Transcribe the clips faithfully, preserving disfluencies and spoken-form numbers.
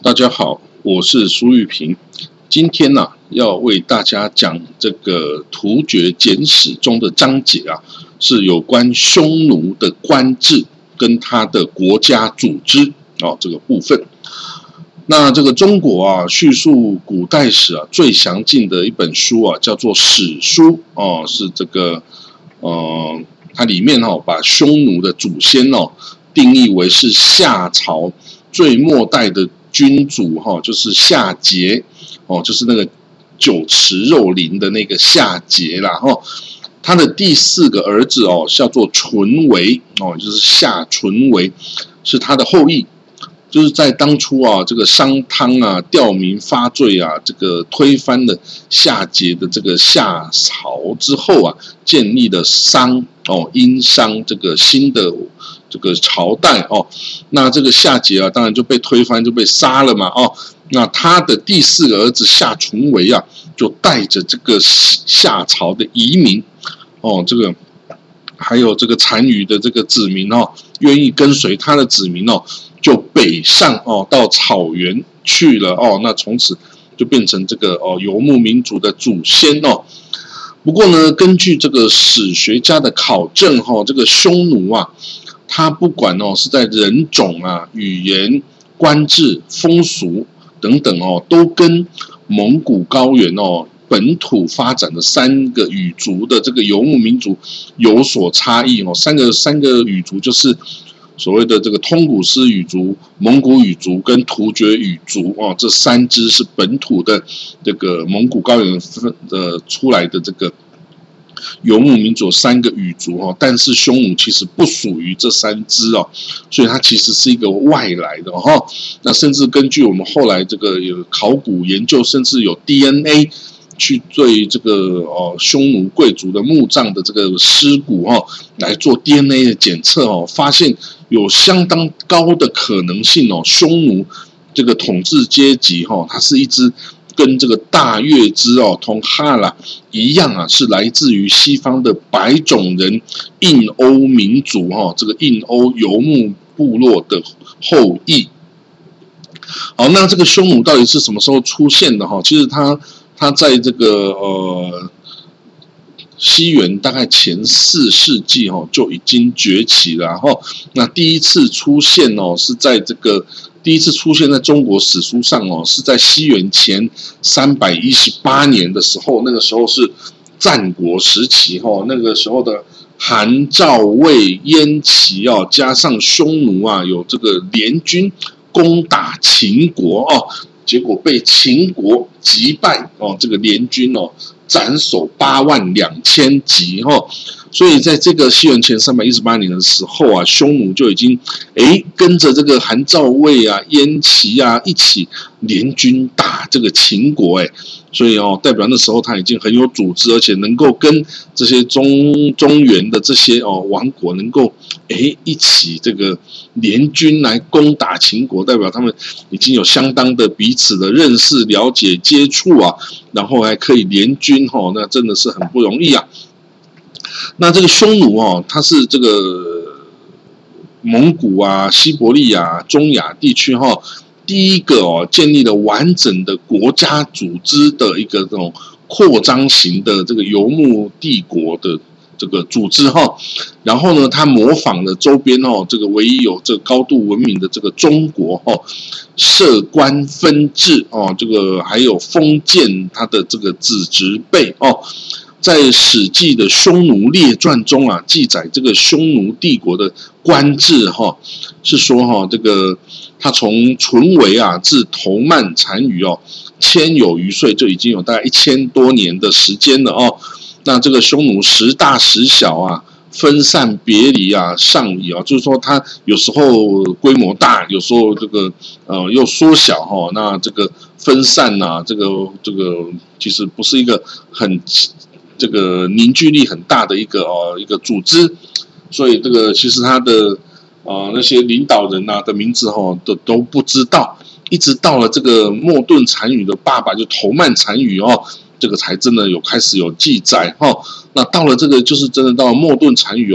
大家好，我是苏玉平。今天呢、啊，要为大家讲这个《突厥简史》中的章节啊，是有关匈奴的官制跟他的国家组织哦这个部分。那这个中国啊，叙述古代史啊最详尽的一本书啊，叫做《史书》哦，是这个呃，它里面哦把匈奴的祖先哦定义为是夏朝最末代的君主哈、哦，就是夏桀哦，就是那个酒池肉林的那个夏桀啦哈、哦。他的第四个儿子哦，叫做淳维哦，就是夏淳维，是他的后裔。就是在当初啊，这个商汤啊吊民发罪啊，这个推翻了夏桀的这个夏朝之后啊，建立了商哦殷商这个新的这个朝代哦。那这个夏桀啊，当然就被推翻，就被杀了嘛哦。那他的第四个儿子夏淳维啊，就带着这个夏朝的移民哦，这个还有这个单于的这个子民哦，愿意跟随他的子民哦。就北上哦，到草原去了哦，那从此就变成这个哦游牧民族的祖先哦。不过呢，根据这个史学家的考证哈、哦，这个匈奴啊，它不管哦是在人种啊、语言、官制、风俗等等哦，都跟蒙古高原哦本土发展的三个语族的这个游牧民族有所差异哦。三个三个语族就是。所谓的这个通古斯语族、蒙古语族跟突厥语族哦，这三支是本土的这个蒙古高原分呃出来的这个游牧民族三个语族哦，但是匈奴其实不属于这三支哦，所以它其实是一个外来的哈、哦。那甚至根据我们后来这个有考古研究，甚至有 D N A。去对这个哦匈奴贵族的墓葬的这个尸骨哦来做 D N A 的检测哦，发现有相当高的可能性哦，匈奴这个统治阶级哦，它是一支跟这个大月支哦同哈拉一样啊，是来自于西方的白种人印欧民族哦，这个印欧游牧部落的后裔。好，那这个匈奴到底是什么时候出现的哈？其实它。它在这个呃西元大概前四世纪哦就已经崛起了哈。那第一次出现哦是在这个第一次出现在中国史书上哦是在西元前三百一十八年的时候，那个时候是战国时期哈，那个时候的韩赵魏燕齐哦加上匈奴啊有这个联军攻打秦国哦。结果被秦国击败哦，这个联军哦斩首八万两千级哦，所以在这个西元前三百一十八年的时候啊，匈奴就已经哎跟着这个韩赵魏啊、燕齐啊一起联军打这个秦国哎，所以哦代表那时候他已经很有组织，而且能够跟这些中中原的这些哦王国能够哎一起这个联军来攻打秦国，代表他们已经有相当的彼此的认识、了解、接触啊，然后还可以联军哈、哦，那真的是很不容易啊。那这个匈奴哦，它是这个蒙古啊、西伯利亚、中亚地区哈、哦，第一个哦建立了完整的国家组织的一个这种扩张型的这个游牧帝国的。这个组织哈，然后呢，它模仿了周边哦，这个唯一有这个高度文明的这个中国哦，设官分治哦，这个还有封建它的这个子侄辈哦，在《史记》的《匈奴列传》中啊，记载这个匈奴帝国的官制哈、哦，是说哈、哦，这个他从淳维啊至头曼单于哦，千有余岁，就已经有大概一千多年的时间了哦。那这个匈奴时大时小啊，分散别离啊，上移啊，就是说它有时候规模大，有时候这个呃又缩小哈、哦。那这个分散啊，这个这个其实不是一个很这个凝聚力很大的一个哦一个组织，所以这个其实它的呃那些领导人啊的名字哈、哦、都都不知道，一直到了这个莫顿单于的爸爸就头曼单于哦。这个才真的有开始有记载哈、哦，那到了这个就是真的到了莫顿单于啊，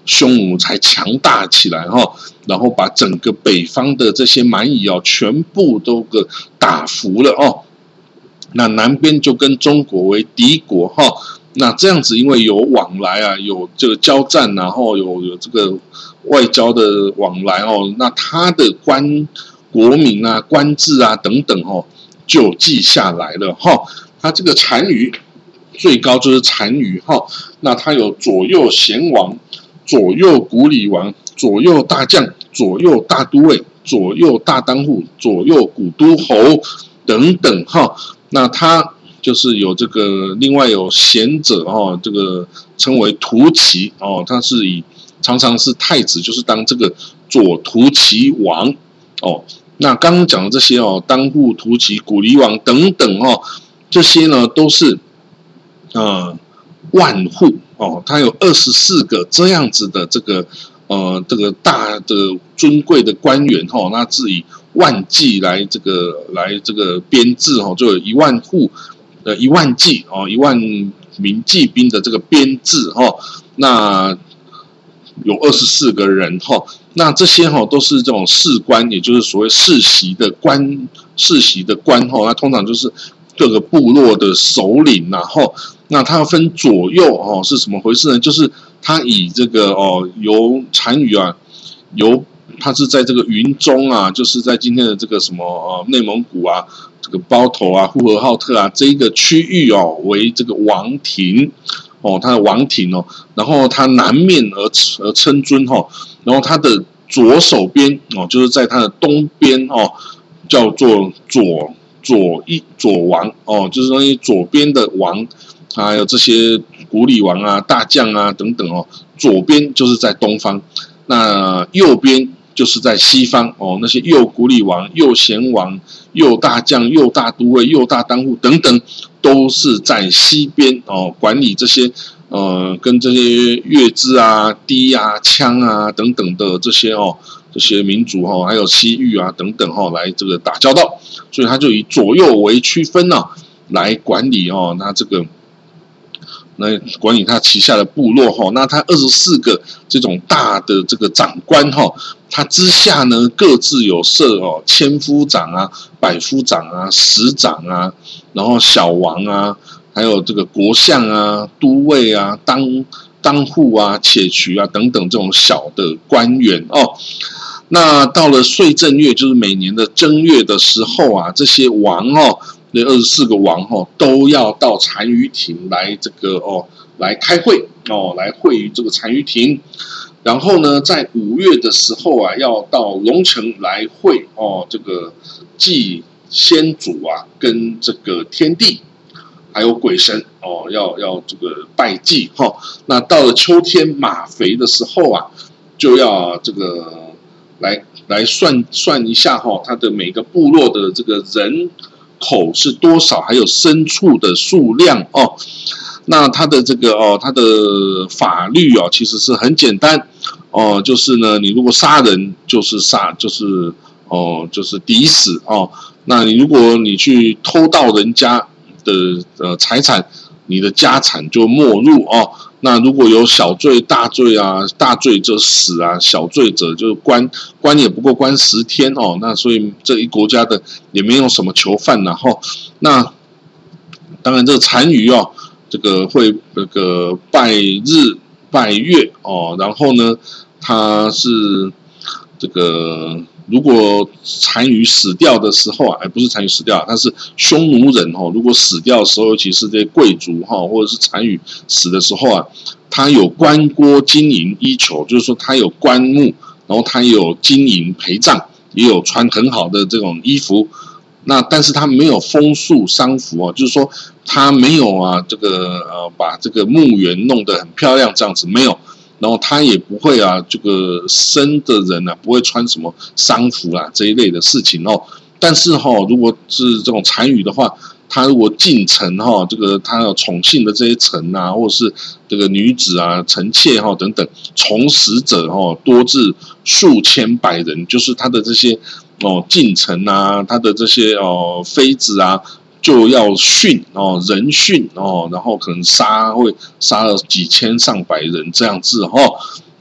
匈奴才强大起来哈，然后把整个北方的这些蛮夷哦，全部都个打服了哦。那南边就跟中国为敌国哈，那这样子因为有往来啊，有这个交战，然后有有这个外交的往来哦，那他的官国民啊、官制啊等等哦，就记下来了哈。他这个单于最高就是单于哈，那他有左右贤王、左右古里王、左右大将、左右大都尉、左右大当户、左右古都侯等等哈。那他就是有这个，另外有贤者哦，这个称为屠骑哦，他是以常常是太子，就是当这个左屠骑王哦。那刚刚讲的这些哦，当户、屠骑、古黎王等等哦，这些呢都是呃万户哦，他有二十四个这样子的这个呃这个大的尊贵的官员哦，那是以万计来这个来这个编制哦，就有一万户呃一万计哦，一万名骑兵的这个编制哦，那有二十四个人哈，那这些哈都是这种士官，也就是所谓世袭的官，世袭的官哈，那通常就是各个部落的首领然后，那它分左右哦是什么回事呢？就是他以这个哦由单于啊，由他是在这个云中啊，就是在今天的这个什么呃内蒙古啊，这个包头啊、呼和浩特啊这一个区域哦为这个王庭。哦，他的王庭哦，然后他南面而而称尊哈、哦，然后他的左手边哦，就是在他的东边哦，叫做左左一左王哦，就是说左边的王，还有这些古里王啊、大将啊等等哦，左边就是在东方，那右边就是在西方哦，那些右古里王、右贤王、右大将、右大都尉、右大当户等等。都是在西边哦，管理这些呃跟这些乐制啊、笛啊、枪啊等等的这些哦这些民族哈、哦，还有西域啊等等哈、哦，来这个打交道，所以他就以左右为区分呢、啊，来管理哦，那这个来管理他旗下的部落哈、哦，那他二十四个这种大的这个长官哈、哦，他之下呢各自有设哦千夫长啊、百夫长啊、十长啊。然后小王啊，还有这个国相啊、都尉啊、当当户啊、且渠啊等等这种小的官员哦。那到了岁正月，就是每年的正月的时候啊，这些王哦，那二十四个王哦，都要到单于庭来这个哦来开会哦，来会于这个单于庭。然后呢，在五月的时候啊，要到龙城来会哦，这个祭。先祖啊，跟这个天地，还有鬼神哦，要要这个拜祭哈、哦。那到了秋天马肥的时候啊，就要这个来来算算一下哈、哦，它的每个部落的这个人口是多少，还有牲畜的数量哦。那它的这个哦，它的法律哦，其实是很简单哦，就是呢，你如果杀人，就是杀，就是哦，就是抵死哦。那你如果你去偷盗人家的呃财产，你的家产就没入哦。那如果有小罪、大罪啊，大罪就死啊，小罪者就关关也不过关十天哦。那所以这一国家的也没有什么囚犯然后，那当然这个单于哦，这个会那个拜日拜月哦，然后呢，他是这个。如果单于死掉的时候啊，哎，不是单于死掉，他是匈奴人哦。如果死掉的时候，尤其是这些贵族哈，或者是单于死的时候啊，他有棺椁金银衣裘，就是说他有棺木，然后他有金银陪葬，也有穿很好的这种衣服。那但是他没有封树丧服哦，就是说他没有啊，这个呃把这个墓园弄得很漂亮这样子没有。然后他也不会啊，这个生的人啊，不会穿什么丧服啊这一类的事情哦。但是哈、哦，如果是这种单于的话，他如果进城哈、哦，这个他有宠幸的这些臣啊，或者是这个女子啊、臣妾哈、哦、等等，从死者哈多至数千百人，就是他的这些哦进城啊，他的这些哦妃子啊。就要训哦，人训哦，然后可能杀会杀了几千上百人这样子哦。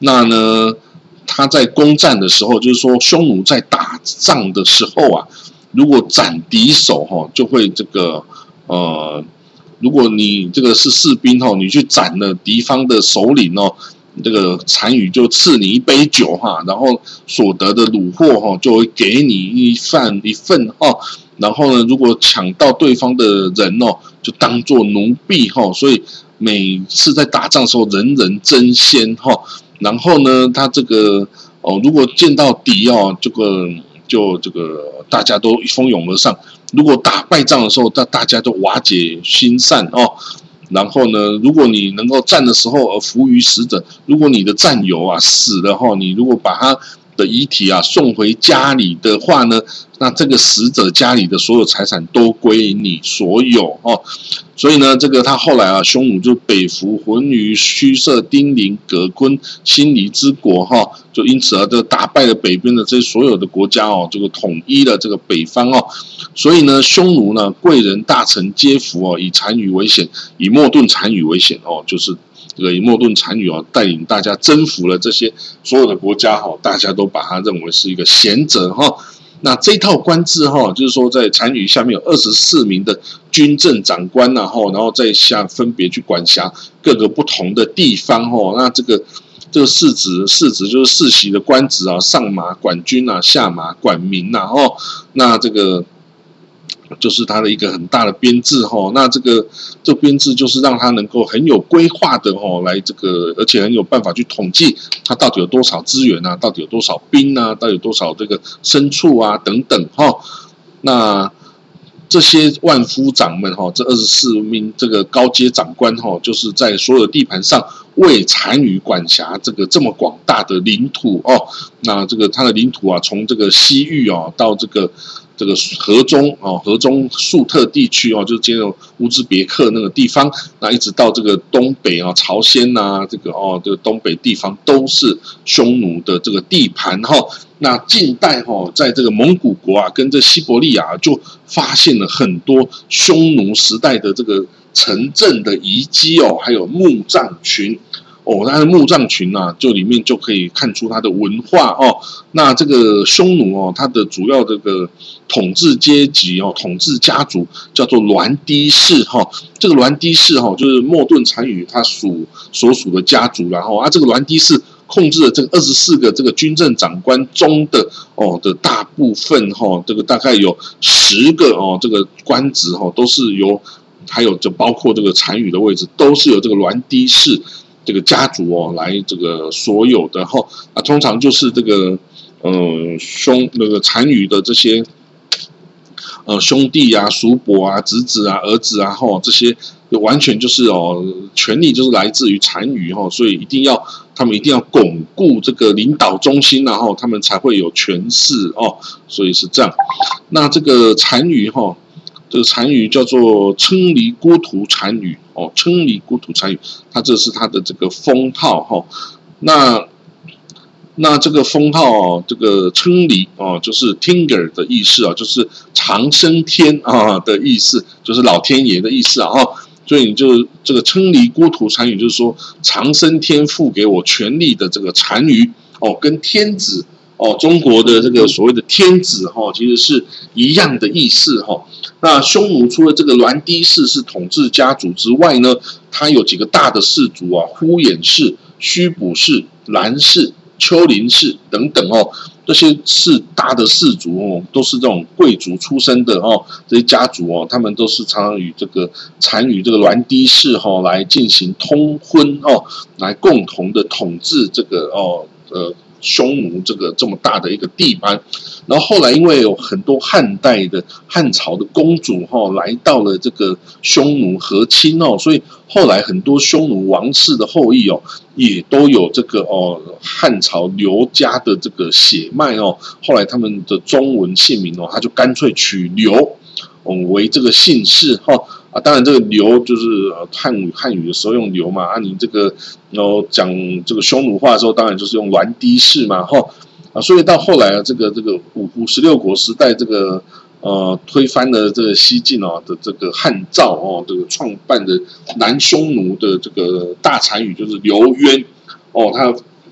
那呢，他在攻战的时候，就是说匈奴在打仗的时候啊，如果斩敌手哈，就会这个呃，如果你这个是士兵哈，你去斩了敌方的首领哦，这个单于就赐你一杯酒哈，然后所得的虏获哈，就会给你一份一份哦。然后呢，如果抢到对方的人哦，就当做奴婢哈。所以每次在打仗的时候，人人争先哈。然后呢，他这个哦，如果见到敌哦，这个就这个大家都蜂拥而上；如果打败仗的时候，大大家都瓦解心散哦。然后呢，如果你能够战的时候而服于死者，如果你的战友啊死了哈，你如果把他的遗体啊送回家里的话呢，那这个死者家里的所有财产都归你所有哦。所以呢，这个他后来啊，匈奴就北服浑于虚设、丁零、葛昆、新黎之国哈，就因此啊，这打败了北边的这些所有的国家哦，这个统一了这个北方哦。所以呢，匈奴呢，贵人大臣皆服哦，以单于为险，以莫顿单于为险哦，就是这个以莫顿单于哦，带领大家征服了这些所有的国家哈，大家都把他认为是一个贤者哈。那这一套官制哈，就是说在单于下面有二十四名的军政长官呐，然后在下分别去管辖各个不同的地方哈。那这个这个世职世职就是世袭的官职啊，上马管军啊，下马管民呐哦。那这个就是它的一个很大的编制哈，那这个这个编制就是让它能够很有规划的哈，来这个而且很有办法去统计它到底有多少资源啊，到底有多少兵啊，到底有多少这个牲畜啊等等哈。那这些万夫长们哈，这二十四名这个高阶长官哈，就是在所有的地盘上为单于管辖这个这么广大的领土哦。那这个它的领土啊，从这个西域哦到这个。这个河中哦，河中粟特地区哦，就是接入乌兹别克那个地方，那一直到这个东北啊，朝鲜呐、啊，这个哦，这个东北地方都是匈奴的这个地盘哈、哦。那近代哈、哦，在这个蒙古国啊，跟这西伯利亚就发现了很多匈奴时代的这个城镇的遗迹哦，还有墓葬群。哦，它的墓葬群啊，就里面就可以看出它的文化哦。那这个匈奴哦，它的主要这个统治阶级哦，统治家族叫做栾堤氏哈、哦。这个栾堤氏哈、哦，就是莫顿单于他属所属的家族，然后啊，这个栾堤氏控制了这个二十四个这个军政长官中的哦的大部分哈、哦，这个大概有十个哦，这个官职哈、哦、都是由，还有就包括这个单于的位置，都是由这个栾堤氏。这个家族哦，来这个所有的哈啊，通常就是这个呃兄那个单于的这些呃兄弟啊、叔伯啊、侄子啊、儿子啊哈，这些完全就是哦，权力就是来自于单于哈，所以一定要他们一定要巩固这个领导中心，然后他们才会有权势哦，所以是这样。那这个单于哈。这个单于叫做称离孤图单于哦，称离孤图单于，它这是它的这个封号哈、哦。那那这个封号哦，这个称离哦，就是 Tinger 的意思啊，就是长生天啊的意思，就是老天爷的意思啊哈。所以你就这个称离孤图单于，就是说长生天赋给我权力的这个单于哦，跟天子。哦，中国的这个所谓的天子哈、哦，其实是一样的意思哈、哦。那匈奴除了这个栾堤氏是统治家族之外呢，它有几个大的氏族啊，呼延氏、须卜氏、兰氏、丘陵氏等等哦，这些是大的氏族哦，都是这种贵族出身的哦，这些家族哦，他们都是常常与这个单于这个栾堤氏哈、哦、来进行通婚哦，来共同的统治这个哦呃。匈奴这个这么大的一个地盘，然后后来因为有很多汉代的汉朝的公主哈、哦、来到了这个匈奴和亲哦，所以后来很多匈奴王室的后裔哦也都有这个哦汉朝刘家的这个血脉哦，后来他们的中文姓名哦，他就干脆取刘哦为这个姓氏哈。哦啊，当然这个刘就是汉语汉语的时候用刘嘛，啊，你这个然后讲这个匈奴话的时候，当然就是用栾堤氏嘛，哈啊，所以到后来啊，这个这个五胡十六国时代，这个呃推翻了这个西晋哦的这个汉赵哦，这个创办的南匈奴的这个大单于就是刘渊哦，他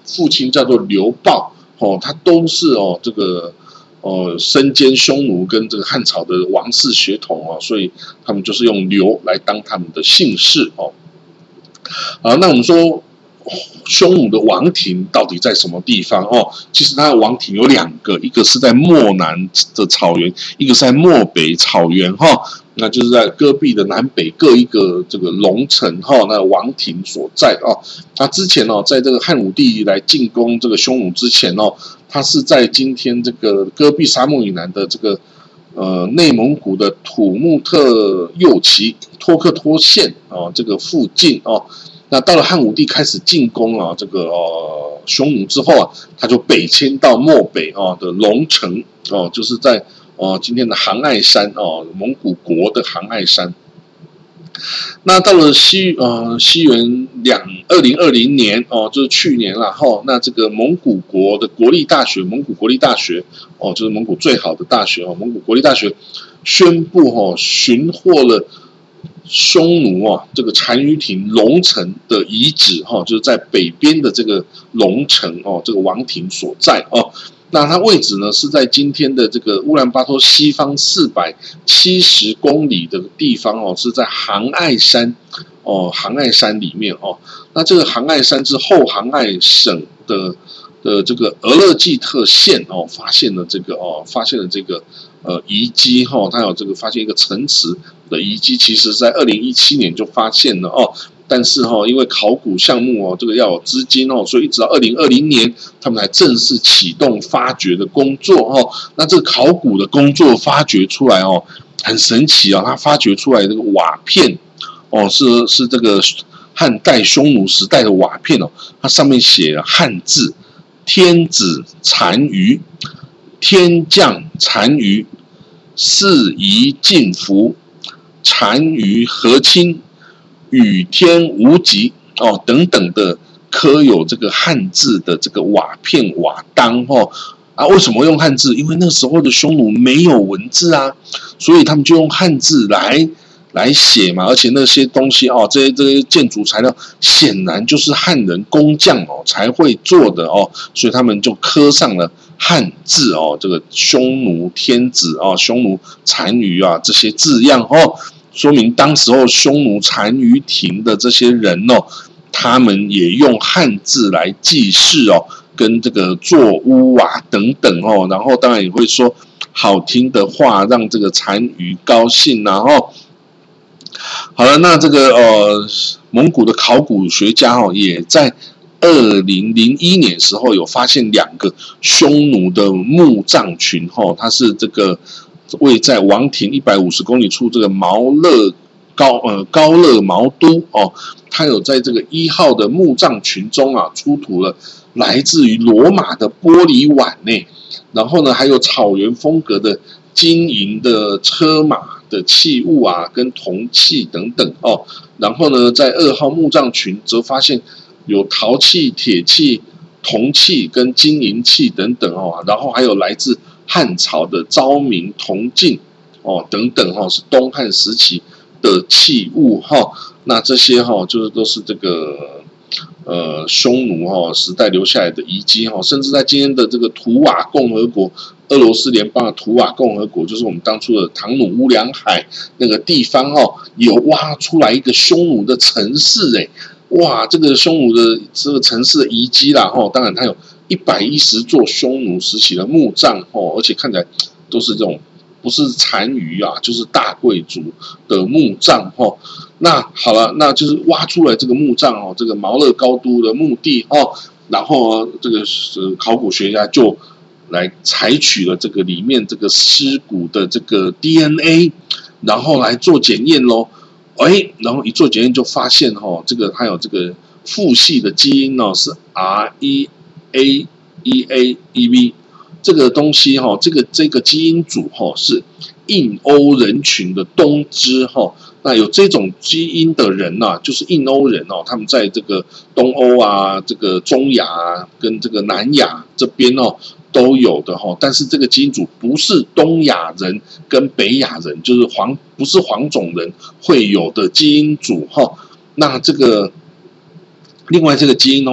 父亲叫做刘豹哦，他都是哦这个哦身兼匈奴跟这个汉朝的王室血统哦，所以他们就是用刘来当他们的姓氏哦。好，那我们说匈奴的王庭到底在什么地方哦？其实它的王庭有两个，一个是在漠南的草原，一个是在漠北草原哈、哦。那就是在戈壁的南北各一个这个龙城哈、哦，那王庭所在哦。那之前哦，在这个汉武帝来进攻这个匈奴之前哦，他是在今天这个戈壁沙漠以南的这个呃内蒙古的土木特右旗托克托县哦这个附近哦。那到了汉武帝开始进攻啊，这个呃匈奴之后啊，他就北迁到漠北啊的龙城哦，就是在哦今天的杭爱山哦，蒙古国的杭爱山。那到了西呃西元两二零二零年哦，就是去年了哈、哦。那这个蒙古国的国立大学，蒙古国立大学哦，就是蒙古最好的大学哦，蒙古国立大学宣布哦，寻获了匈奴啊，这个单于庭龙城的遗址哈、哦，就是在北边的这个龙城哦，这个王庭所在哦。那它位置呢是在今天的这个乌兰巴托西方四百七十公里的地方哦，是在杭爱山哦，杭爱山里面哦。那这个杭爱山是后杭爱省的的这个额勒济特县哦，发现了这个哦，发现了这个呃遗迹哈、哦，它有这个发现一个城池的遗迹，其实在二零一七年就发现了哦。但是哈、哦，因为考古项目哦，这个要有资金哦，所以一直到二零二零年，他们才正式启动发掘的工作哦。那这个考古的工作发掘出来哦，很神奇啊、哦！它发掘出来这个瓦片哦，是是这个汉代匈奴时代的瓦片哦，它上面写了汉字“天子单于”，天降单于，四夷晋服，单于和亲。与天无极哦，等等的刻有这个汉字的这个瓦片瓦当哦啊，为什么用汉字？因为那时候的匈奴没有文字啊，所以他们就用汉字来来写嘛。而且那些东西哦，这些这些建筑材料显然就是汉人工匠哦才会做的哦，所以他们就刻上了汉字哦，这个匈奴天子哦，匈奴单于啊这些字样哦。说明当时候匈奴单于庭的这些人哦，他们也用汉字来记事哦，跟这个作屋啊等等哦，然后当然也会说好听的话，让这个单于高兴然后。好了，那这个呃蒙古的考古学家哦，也在二零零一年时候有发现两个匈奴的墓葬群哦，它是这个。位在王庭一百五十公里处这个毛勒高呃高勒毛都哦，它有在这个一号的墓葬群中啊出土了来自于罗马的玻璃碗呢，然后呢还有草原风格的金银的车马的器物啊跟铜器等等哦，然后呢在二号墓葬群则发现有陶器、铁器、铜器跟金银器等等哦，然后还有来自汉朝的昭明铜镜哦等等哈、哦，是东汉时期的器物哈、哦。那这些哈、哦、就是都是这个呃匈奴哈、哦、时代留下来的遗迹哈、哦，甚至在今天的这个图瓦共和国，俄罗斯联邦的图瓦共和国，就是我们当初的唐努乌梁海那个地方哦，有挖出来一个匈奴的城市哎，哇，这个匈奴的这个城市的遗迹啦哈、哦，当然它有。一百一十座匈奴时期的墓葬哦，而且看起来都是这种不是单于啊，就是大贵族的墓葬哦。那好了，那就是挖出来这个墓葬哦，这个毛勒高都的墓地哦，然后这个呃考古学家就来采取了这个里面这个尸骨的这个 D N A， 然后来做检验咯。哎，然后一做检验就发现哦，这个还有这个父系的基因哦是 R 一。A E A E V 这个东西哈，这个这个基因组哈是印欧人群的东支哈，那有这种基因的人呐、啊，就是印欧人哦，他们在这个东欧啊、这个中亚啊、跟这个南亚这边哦都有的哈，但是这个基因组不是东亚人跟北亚人，就是黄不是黄种人会有的基因组哈，那这个另外这个基因哦。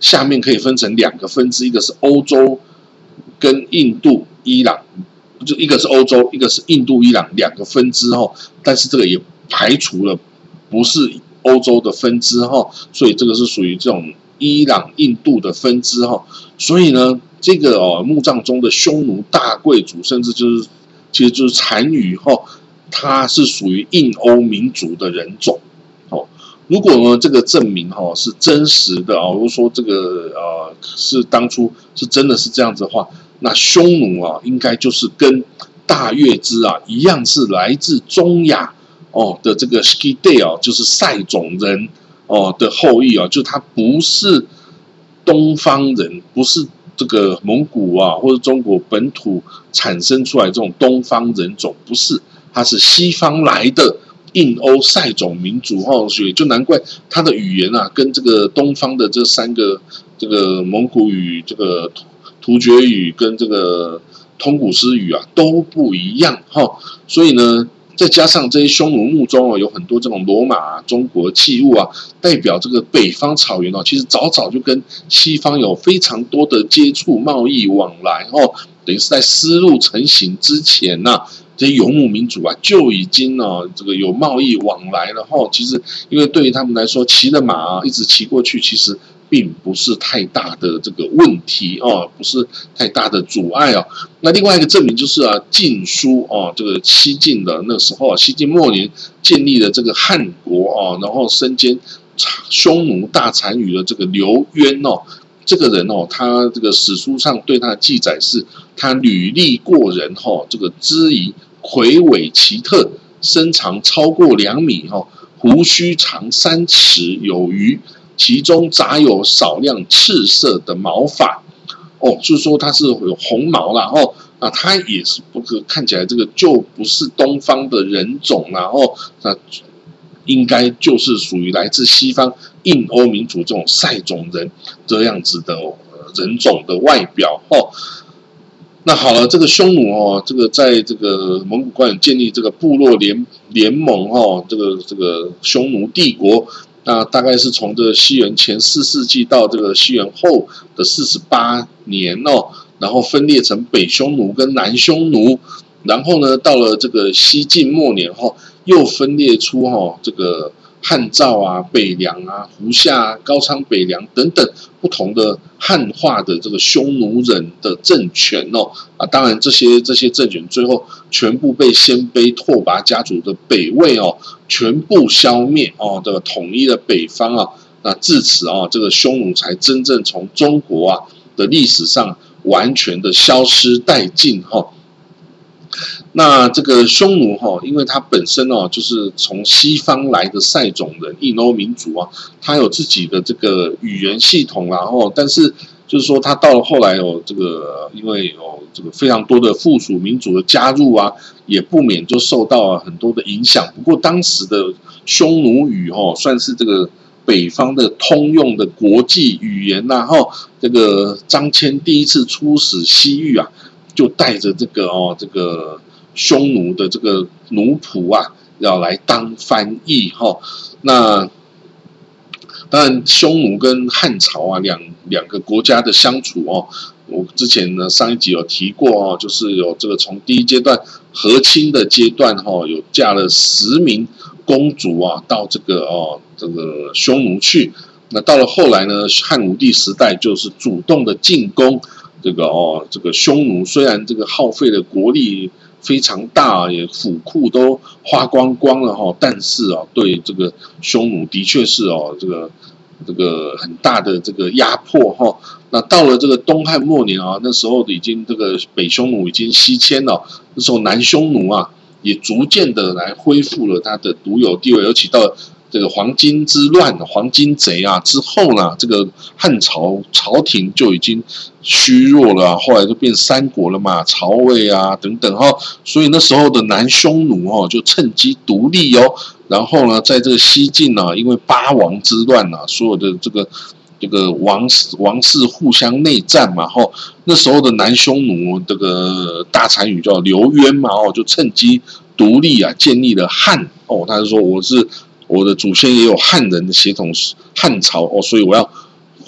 下面可以分成两个分支，一个是欧洲跟印度、伊朗，就一个是欧洲，一个是印度、伊朗两个分支哈。但是这个也排除了不是欧洲的分支哈，所以这个是属于这种伊朗、印度的分支哈。所以呢，这个哦墓葬中的匈奴大贵族，甚至就是其实就是单于哈，它是属于印欧民族的人种。哦，如果呢这个证明哈是真实的啊，如果说这个呃是当初是真的是这样子的话，那匈奴啊应该就是跟大月支啊一样是来自中亚哦的这个 Skide 啊，就是塞种人哦的后裔啊，就他不是东方人，不是这个蒙古啊或者中国本土产生出来这种东方人种，不是，他是西方来的印欧塞种民族哈，所以就难怪他的语言啊跟这个东方的这三个这个蒙古语、这个突厥语跟这个通古斯语啊都不一样哈，所以呢，再加上这些匈奴墓中啊有很多这种罗马、啊、中国器物啊，代表这个北方草原哦，其实早早就跟西方有非常多的接触、贸易往来哦，等于是在丝路成型之前呐、啊。这些游牧民族啊，就已经哦，这个有贸易往来了哈。其实，因为对于他们来说，骑着马啊，一直骑过去，其实并不是太大的这个问题哦，不是太大的阻碍哦。那另外一个证明就是啊，晋书哦，这个西晋的那时候啊，西晋末年建立了这个汉国哦，然后身兼匈奴大单于的这个刘渊哦。这个人哦，他这个史书上对他的记载是，他履历过人哈、哦，这个肢仪魁伟奇特，身长超过两米哈、哦，胡须长三尺有余，其中杂有少量赤色的毛发，哦，就是说他是有红毛啦哦，啊，他也是不可看起来这个就不是东方的人种啦哦，那应该就是属于来自西方印欧民族这种塞种人这样子的人种的外表哦。那好了，这个匈奴哦，这个在这个蒙古高原建立这个部落联联盟哦，这个这个匈奴帝国，那大概是从这个西元前四世纪到这个西元后的四十八年哦，然后分裂成北匈奴跟南匈奴，然后呢，到了这个西晋末年后。又分裂出哈、哦、这个汉赵啊、北凉啊、胡夏、啊、高昌北凉等等不同的汉化的这个匈奴人的政权哦啊，当然这些这些政权最后全部被鲜卑拓跋家族的北魏哦全部消灭哦，这个统一了北方啊，那至此啊，这个匈奴才真正从中国啊的历史上完全的消失殆尽哈、哦。那这个匈奴哈，因为它本身哦，就是从西方来的塞种人、印欧民族啊，它有自己的这个语言系统啦，哦，但是就是说，它到了后来有这个，因为有这个非常多的附属民族的加入啊，也不免就受到了很多的影响。不过当时的匈奴语哦，算是这个北方的通用的国际语言呐，哈，这个张骞第一次出使西域啊，就带着这个哦，这个。匈奴的这个奴仆啊，要来当翻译哈、哦。那当然，匈奴跟汉朝啊两两个国家的相处哦，我之前呢上一集有提过哦，就是有这个从第一阶段和亲的阶段哈、哦，有嫁了十名公主啊到这个哦这个匈奴去。那到了后来呢，汉武帝时代就是主动的进攻这个哦这个匈奴，虽然这个耗费了国力。非常大，也府库都花光光了哈，但是啊，对这个匈奴的确是哦，这个这个很大的这个压迫哈。那到了这个东汉末年啊，那时候已经这个北匈奴已经西迁了，那时候南匈奴啊也逐渐的来恢复了它的独有地位，尤其到这个黄巾之乱、黄巾贼啊之后呢，这个汉朝朝廷就已经虚弱了、啊，后来就变三国了嘛，曹魏啊等等哈、哦，所以那时候的南匈奴哦就趁机独立哦，然后呢，在这个西晋呢、啊，因为八王之乱啊，所有的这个这个王王室互相内战嘛，哈，那时候的南匈奴这个大单于叫刘渊嘛，哦，就趁机独立啊，建立了汉哦，他就说我是。我的祖先也有汉人的血统，汉朝哦，所以我要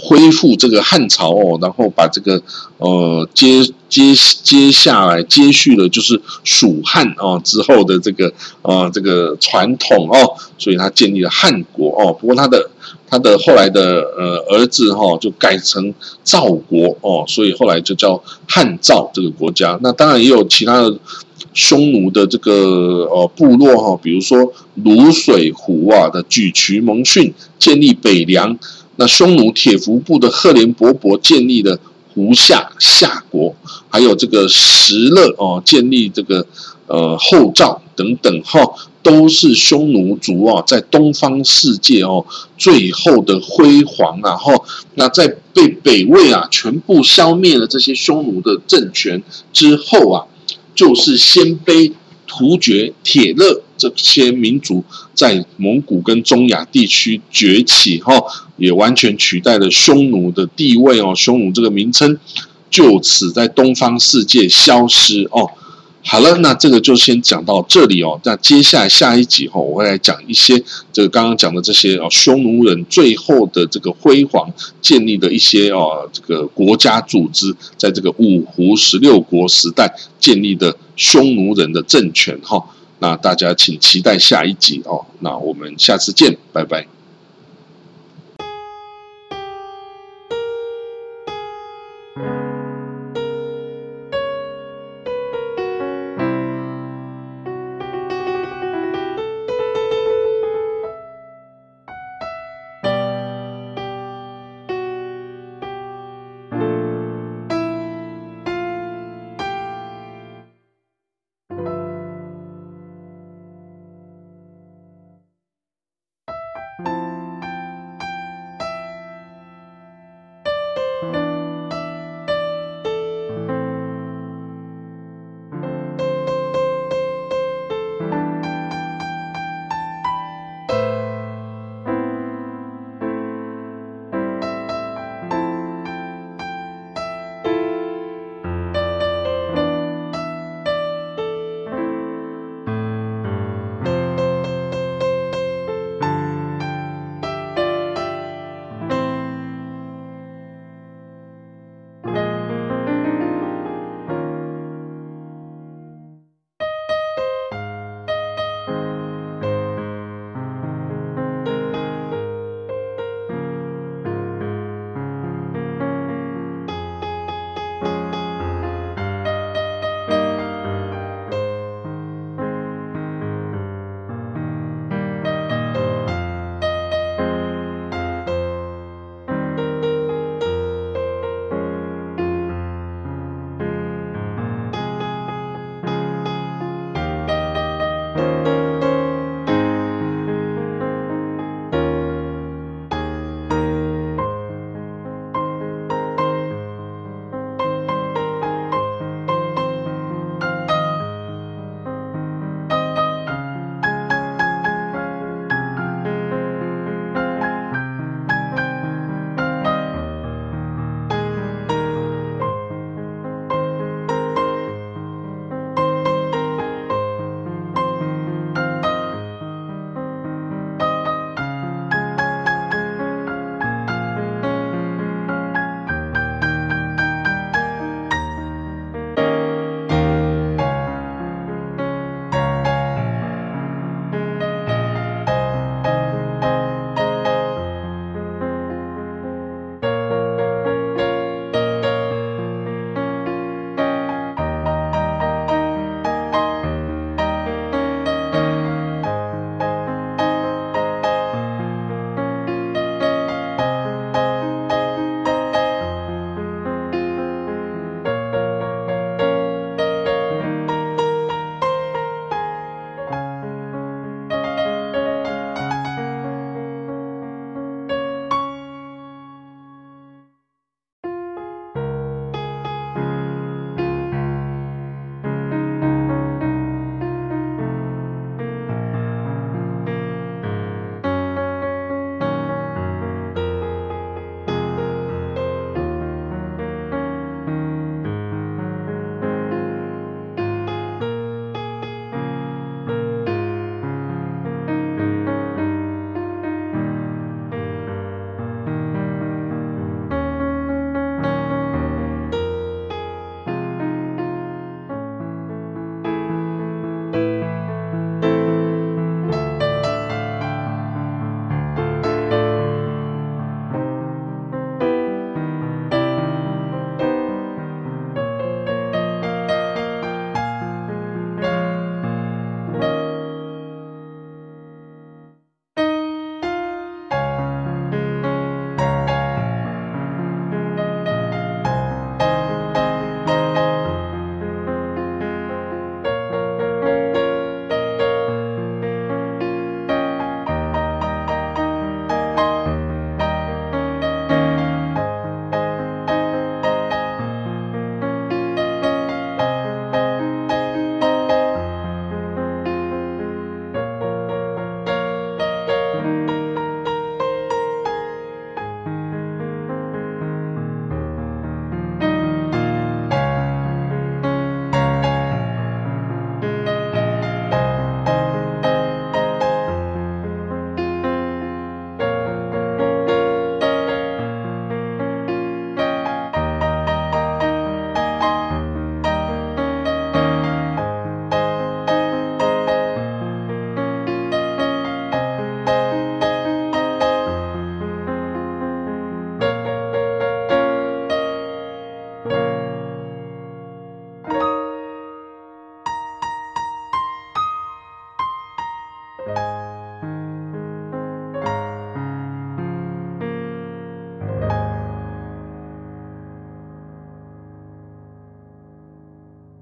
恢复这个汉朝哦，然后把这个呃接接接下来接续了就是蜀汉哦之后的这个呃这个传统哦，所以他建立了汉国哦。不过他的他的后来的呃儿子哈、哦、就改成赵国哦，所以后来就叫汉赵这个国家。那当然也有其他的匈奴的这个呃部落哈、哦，比如说泸水胡啊的沮渠蒙逊建立北凉。那匈奴铁服部的赫连勃勃建立了胡夏夏国，还有这个石勒哦建立这个呃后赵等等哈、哦，都是匈奴族啊在东方世界哦最后的辉煌啊哈。那在被北魏啊全部消灭了这些匈奴的政权之后啊，就是鲜卑、突厥、铁勒这些民族在蒙古跟中亚地区崛起哈，也完全取代了匈奴的地位哦，匈奴这个名称就此在东方世界消失哦。好了，那这个就先讲到这里哦。那接下来下一集哈、哦，我会来讲一些这个刚刚讲的这些哦，匈奴人最后的这个辉煌建立的一些哦这个国家组织，在这个五胡十六国时代建立的匈奴人的政权哈、哦。那大家请期待下一集哦。那我们下次见，拜拜。